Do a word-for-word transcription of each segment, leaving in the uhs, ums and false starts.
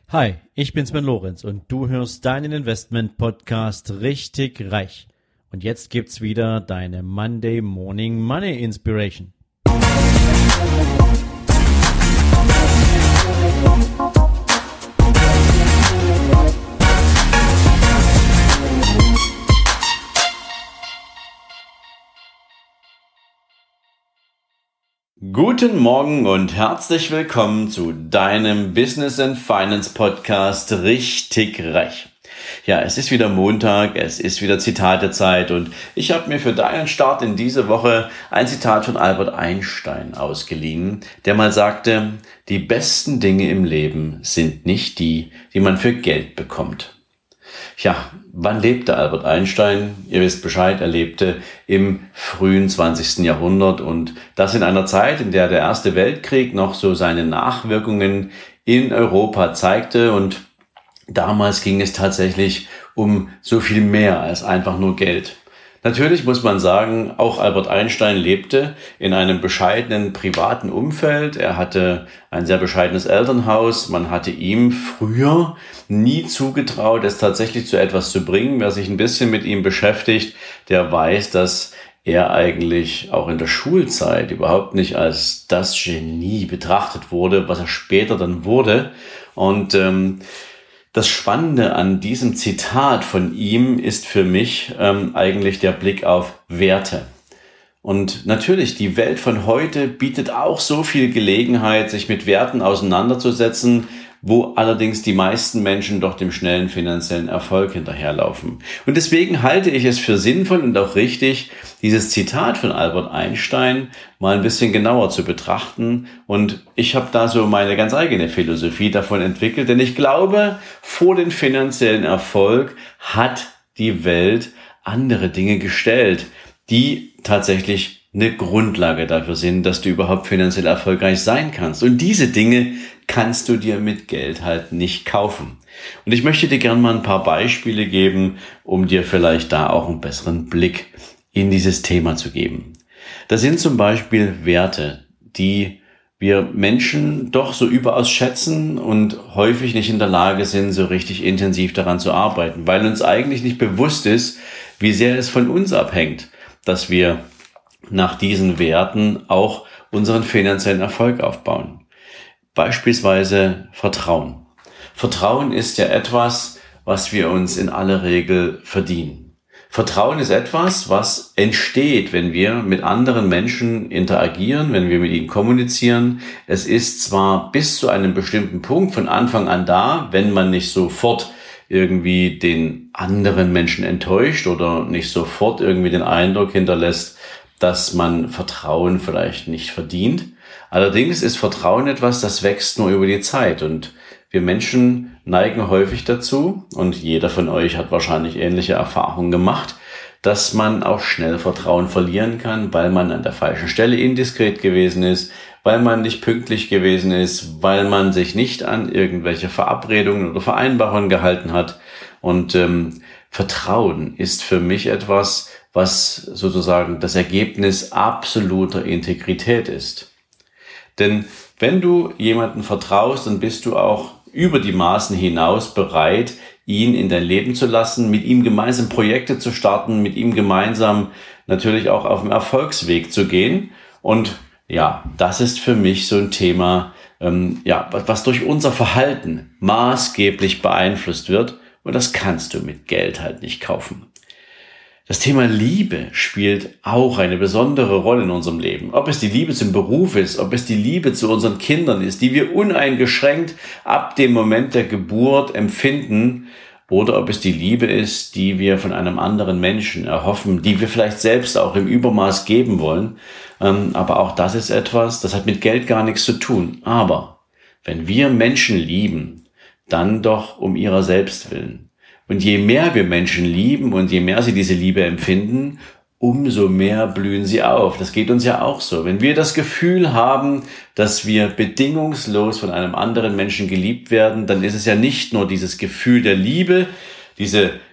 Hi, ich bin Sven Lorenz und du hörst deinen Investment-Podcast Richtig Reich. Und jetzt gibt's wieder deine Monday Morning Money Inspiration. Guten Morgen und herzlich willkommen zu deinem Business and Finance Podcast Richtig Reich. Ja, es ist wieder Montag, es ist wieder Zitatezeit und ich habe mir für deinen Start in diese Woche ein Zitat von Albert Einstein ausgeliehen, der mal sagte, die besten Dinge im Leben sind nicht die, die man für Geld bekommt. Ja, wann lebte Albert Einstein? Ihr wisst Bescheid, er lebte im frühen zwanzigsten Jahrhundert und das in einer Zeit, in der der Erste Weltkrieg noch so seine Nachwirkungen in Europa zeigte und damals ging es tatsächlich um so viel mehr als einfach nur Geld. Natürlich muss man sagen, auch Albert Einstein lebte in einem bescheidenen privaten Umfeld. Er hatte ein sehr bescheidenes Elternhaus. Man hatte ihm früher nie zugetraut, es tatsächlich zu etwas zu bringen. Wer sich ein bisschen mit ihm beschäftigt, der weiß, dass er eigentlich auch in der Schulzeit überhaupt nicht als das Genie betrachtet wurde, was er später dann wurde. Und ähm, Das Spannende an diesem Zitat von ihm ist für mich ähm, eigentlich der Blick auf Werte. Und natürlich, die Welt von heute bietet auch so viel Gelegenheit, sich mit Werten auseinanderzusetzen, wo allerdings die meisten Menschen doch dem schnellen finanziellen Erfolg hinterherlaufen. Und deswegen halte ich es für sinnvoll und auch richtig, dieses Zitat von Albert Einstein mal ein bisschen genauer zu betrachten. Und ich habe da so meine ganz eigene Philosophie davon entwickelt, denn ich glaube, vor den finanziellen Erfolg hat die Welt andere Dinge gestellt, die tatsächlich eine Grundlage dafür sind, dass du überhaupt finanziell erfolgreich sein kannst. Und diese Dinge kannst du dir mit Geld halt nicht kaufen. Und ich möchte dir gerne mal ein paar Beispiele geben, um dir vielleicht da auch einen besseren Blick in dieses Thema zu geben. Das sind zum Beispiel Werte, die wir Menschen doch so überaus schätzen und häufig nicht in der Lage sind, so richtig intensiv daran zu arbeiten, weil uns eigentlich nicht bewusst ist, wie sehr es von uns abhängt, dass wir nach diesen Werten auch unseren finanziellen Erfolg aufbauen. Beispielsweise Vertrauen. Vertrauen ist ja etwas, was wir uns in aller Regel verdienen. Vertrauen ist etwas, was entsteht, wenn wir mit anderen Menschen interagieren, wenn wir mit ihnen kommunizieren. Es ist zwar bis zu einem bestimmten Punkt von Anfang an da, wenn man nicht sofort irgendwie den anderen Menschen enttäuscht oder nicht sofort irgendwie den Eindruck hinterlässt, dass man Vertrauen vielleicht nicht verdient. Allerdings ist Vertrauen etwas, das wächst nur über die Zeit und wir Menschen neigen häufig dazu, und jeder von euch hat wahrscheinlich ähnliche Erfahrungen gemacht, dass man auch schnell Vertrauen verlieren kann, weil man an der falschen Stelle indiskret gewesen ist, weil man nicht pünktlich gewesen ist, weil man sich nicht an irgendwelche Verabredungen oder Vereinbarungen gehalten hat. Und ähm, Vertrauen ist für mich etwas, was sozusagen das Ergebnis absoluter Integrität ist. Denn wenn du jemandem vertraust, dann bist du auch über die Maßen hinaus bereit, ihn in dein Leben zu lassen, mit ihm gemeinsam Projekte zu starten, mit ihm gemeinsam natürlich auch auf dem Erfolgsweg zu gehen. Und ja, das ist für mich so ein Thema, ähm, ja, was durch unser Verhalten maßgeblich beeinflusst wird. Und das kannst du mit Geld halt nicht kaufen. Das Thema Liebe spielt auch eine besondere Rolle in unserem Leben. Ob es die Liebe zum Beruf ist, ob es die Liebe zu unseren Kindern ist, die wir uneingeschränkt ab dem Moment der Geburt empfinden, oder ob es die Liebe ist, die wir von einem anderen Menschen erhoffen, die wir vielleicht selbst auch im Übermaß geben wollen. Aber auch das ist etwas, das hat mit Geld gar nichts zu tun. Aber wenn wir Menschen lieben, dann doch um ihrer selbst willen. Und je mehr wir Menschen lieben und je mehr sie diese Liebe empfinden, umso mehr blühen sie auf. Das geht uns ja auch so. Wenn wir das Gefühl haben, dass wir bedingungslos von einem anderen Menschen geliebt werden, dann ist es ja nicht nur dieses Gefühl der Liebe, diese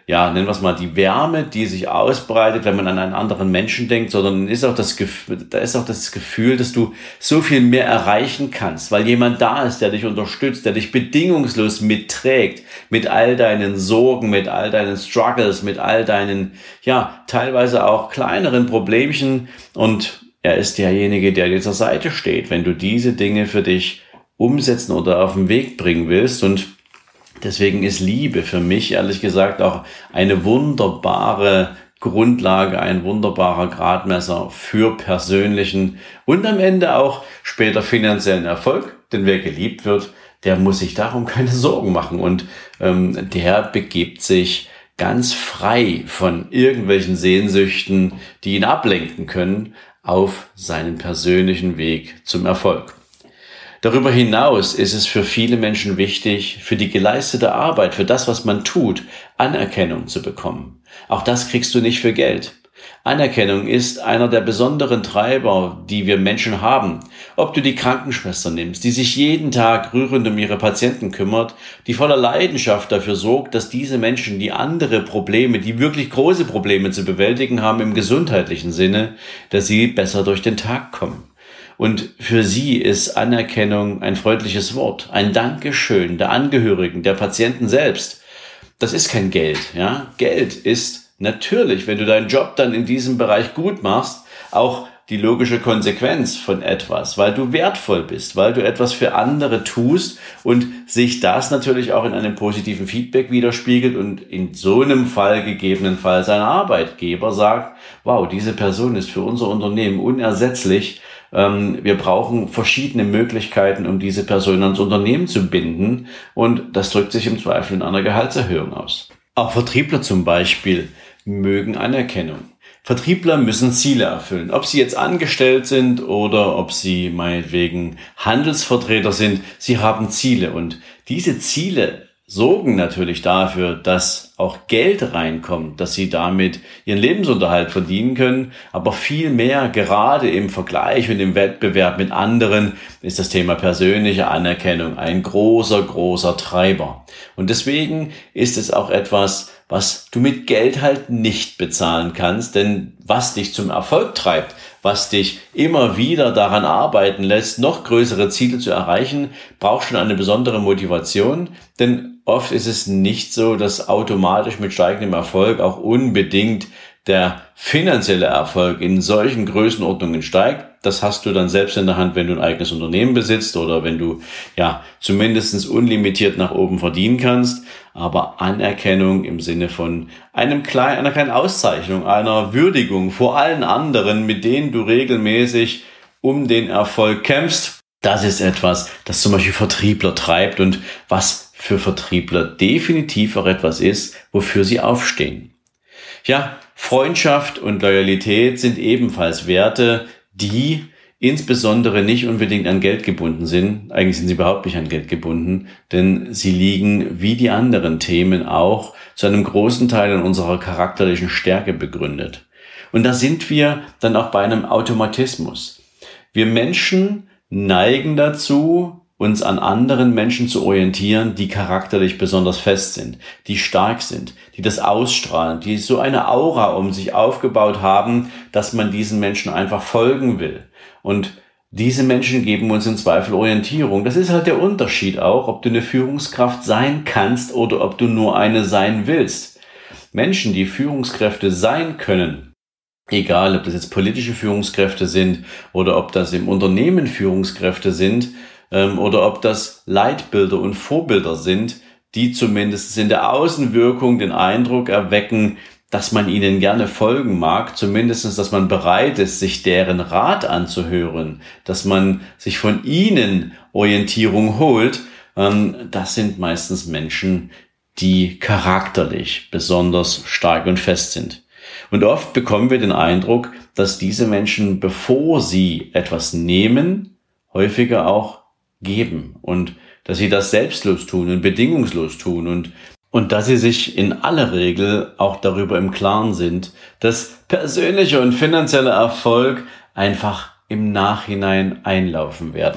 ja, nennen wir es mal, die Wärme, die sich ausbreitet, wenn man an einen anderen Menschen denkt, sondern ist auch das Gefühl, da ist auch das Gefühl, dass du so viel mehr erreichen kannst, weil jemand da ist, der dich unterstützt, der dich bedingungslos mitträgt, mit all deinen Sorgen, mit all deinen Struggles, mit all deinen, ja, teilweise auch kleineren Problemchen, und er ist derjenige, der dir zur Seite steht, wenn du diese Dinge für dich umsetzen oder auf den Weg bringen willst. Und deswegen ist Liebe für mich, ehrlich gesagt, auch eine wunderbare Grundlage, ein wunderbarer Gradmesser für persönlichen und am Ende auch später finanziellen Erfolg. Denn wer geliebt wird, der muss sich darum keine Sorgen machen, und ähm, der begibt sich ganz frei von irgendwelchen Sehnsüchten, die ihn ablenken können, auf seinen persönlichen Weg zum Erfolg. Darüber hinaus ist es für viele Menschen wichtig, für die geleistete Arbeit, für das, was man tut, Anerkennung zu bekommen. Auch das kriegst du nicht für Geld. Anerkennung ist einer der besonderen Treiber, die wir Menschen haben. Ob du die Krankenschwester nimmst, die sich jeden Tag rührend um ihre Patienten kümmert, die voller Leidenschaft dafür sorgt, dass diese Menschen, die andere Probleme, die wirklich große Probleme zu bewältigen haben im gesundheitlichen Sinne, dass sie besser durch den Tag kommen. Und für sie ist Anerkennung ein freundliches Wort, ein Dankeschön der Angehörigen, der Patienten selbst. Das ist kein Geld, ja. Geld ist natürlich, wenn du deinen Job dann in diesem Bereich gut machst, auch die logische Konsequenz von etwas, weil du wertvoll bist, weil du etwas für andere tust und sich das natürlich auch in einem positiven Feedback widerspiegelt und in so einem Fall gegebenenfalls ein Arbeitgeber sagt, wow, diese Person ist für unser Unternehmen unersetzlich. Wir brauchen verschiedene Möglichkeiten, um diese Person ans Unternehmen zu binden, und das drückt sich im Zweifel in einer Gehaltserhöhung aus. Auch Vertriebler zum Beispiel mögen Anerkennung. Vertriebler müssen Ziele erfüllen. Ob sie jetzt angestellt sind oder ob sie meinetwegen Handelsvertreter sind, sie haben Ziele, und diese Ziele sorgen natürlich dafür, dass auch Geld reinkommt, dass sie damit ihren Lebensunterhalt verdienen können. Aber viel mehr, gerade im Vergleich und im Wettbewerb mit anderen, ist das Thema persönliche Anerkennung ein großer, großer Treiber. Und deswegen ist es auch etwas, was du mit Geld halt nicht bezahlen kannst, denn was dich zum Erfolg treibt, was dich immer wieder daran arbeiten lässt, noch größere Ziele zu erreichen, braucht schon eine besondere Motivation, denn oft ist es nicht so, dass automatisch mit steigendem Erfolg auch unbedingt der finanzielle Erfolg in solchen Größenordnungen steigt. Das hast du dann selbst in der Hand, wenn du ein eigenes Unternehmen besitzt oder wenn du ja zumindest unlimitiert nach oben verdienen kannst. Aber Anerkennung im Sinne von einem kleinen, einer kleinen Auszeichnung, einer Würdigung vor allen anderen, mit denen du regelmäßig um den Erfolg kämpfst, das ist etwas, das zum Beispiel Vertriebler treibt und was für Vertriebler definitiv auch etwas ist, wofür sie aufstehen. Ja, Freundschaft und Loyalität sind ebenfalls Werte, die insbesondere nicht unbedingt an Geld gebunden sind. Eigentlich sind sie überhaupt nicht an Geld gebunden, denn sie liegen wie die anderen Themen auch zu einem großen Teil in unserer charakterlichen Stärke begründet. Und da sind wir dann auch bei einem Automatismus. Wir Menschen neigen dazu, uns an anderen Menschen zu orientieren, die charakterlich besonders fest sind, die stark sind, die das ausstrahlen, die so eine Aura um sich aufgebaut haben, dass man diesen Menschen einfach folgen will. Und diese Menschen geben uns im Zweifel Orientierung. Das ist halt der Unterschied auch, ob du eine Führungskraft sein kannst oder ob du nur eine sein willst. Menschen, die Führungskräfte sein können, egal ob das jetzt politische Führungskräfte sind oder ob das im Unternehmen Führungskräfte sind, oder ob das Leitbilder und Vorbilder sind, die zumindest in der Außenwirkung den Eindruck erwecken, dass man ihnen gerne folgen mag, zumindest, dass man bereit ist, sich deren Rat anzuhören, dass man sich von ihnen Orientierung holt. Das sind meistens Menschen, die charakterlich besonders stark und fest sind. Und oft bekommen wir den Eindruck, dass diese Menschen, bevor sie etwas nehmen, häufiger auch geben und dass sie das selbstlos tun und bedingungslos tun und und dass sie sich in aller Regel auch darüber im Klaren sind, dass persönlicher und finanzieller Erfolg einfach im Nachhinein einlaufen werden.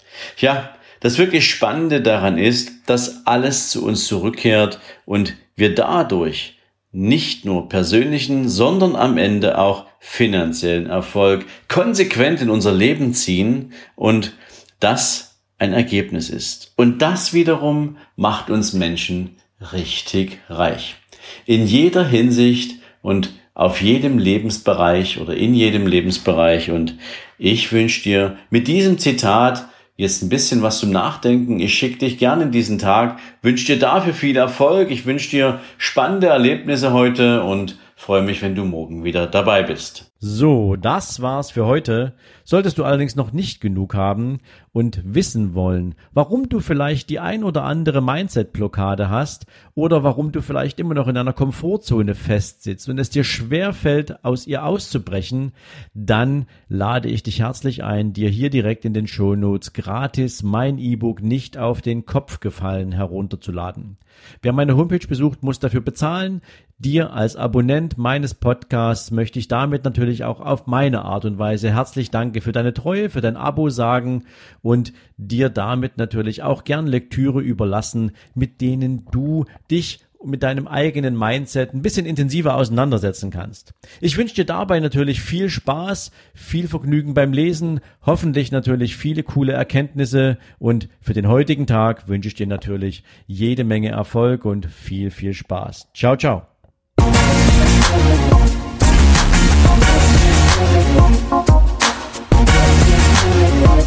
Ja, das wirklich Spannende daran ist, dass alles zu uns zurückkehrt und wir dadurch nicht nur persönlichen, sondern am Ende auch finanziellen Erfolg konsequent in unser Leben ziehen und das ein Ergebnis ist. Und das wiederum macht uns Menschen richtig reich. In jeder Hinsicht und auf jedem Lebensbereich oder in jedem Lebensbereich. Und ich wünsche dir mit diesem Zitat jetzt ein bisschen was zum Nachdenken. Ich schicke dich gerne in diesen Tag, wünsche dir dafür viel Erfolg. Ich wünsche dir spannende Erlebnisse heute und freue mich, wenn du morgen wieder dabei bist. So, das war's für heute. Solltest du allerdings noch nicht genug haben und wissen wollen, warum du vielleicht die ein oder andere Mindset-Blockade hast oder warum du vielleicht immer noch in einer Komfortzone festsitzt und es dir schwerfällt, aus ihr auszubrechen, dann lade ich dich herzlich ein, dir hier direkt in den Shownotes gratis mein E-Book Nicht auf den Kopf gefallen herunterzuladen. Wer meine Homepage besucht, muss dafür bezahlen. Dir als Abonnent meines Podcasts möchte ich damit natürlich auch auf meine Art und Weise herzlich danke für deine Treue, für dein Abo sagen und dir damit natürlich auch gern Lektüre überlassen, mit denen du dich mit deinem eigenen Mindset ein bisschen intensiver auseinandersetzen kannst. Ich wünsche dir dabei natürlich viel Spaß, viel Vergnügen beim Lesen, hoffentlich natürlich viele coole Erkenntnisse und für den heutigen Tag wünsche ich dir natürlich jede Menge Erfolg und viel, viel Spaß. Ciao, ciao. We'll be right back.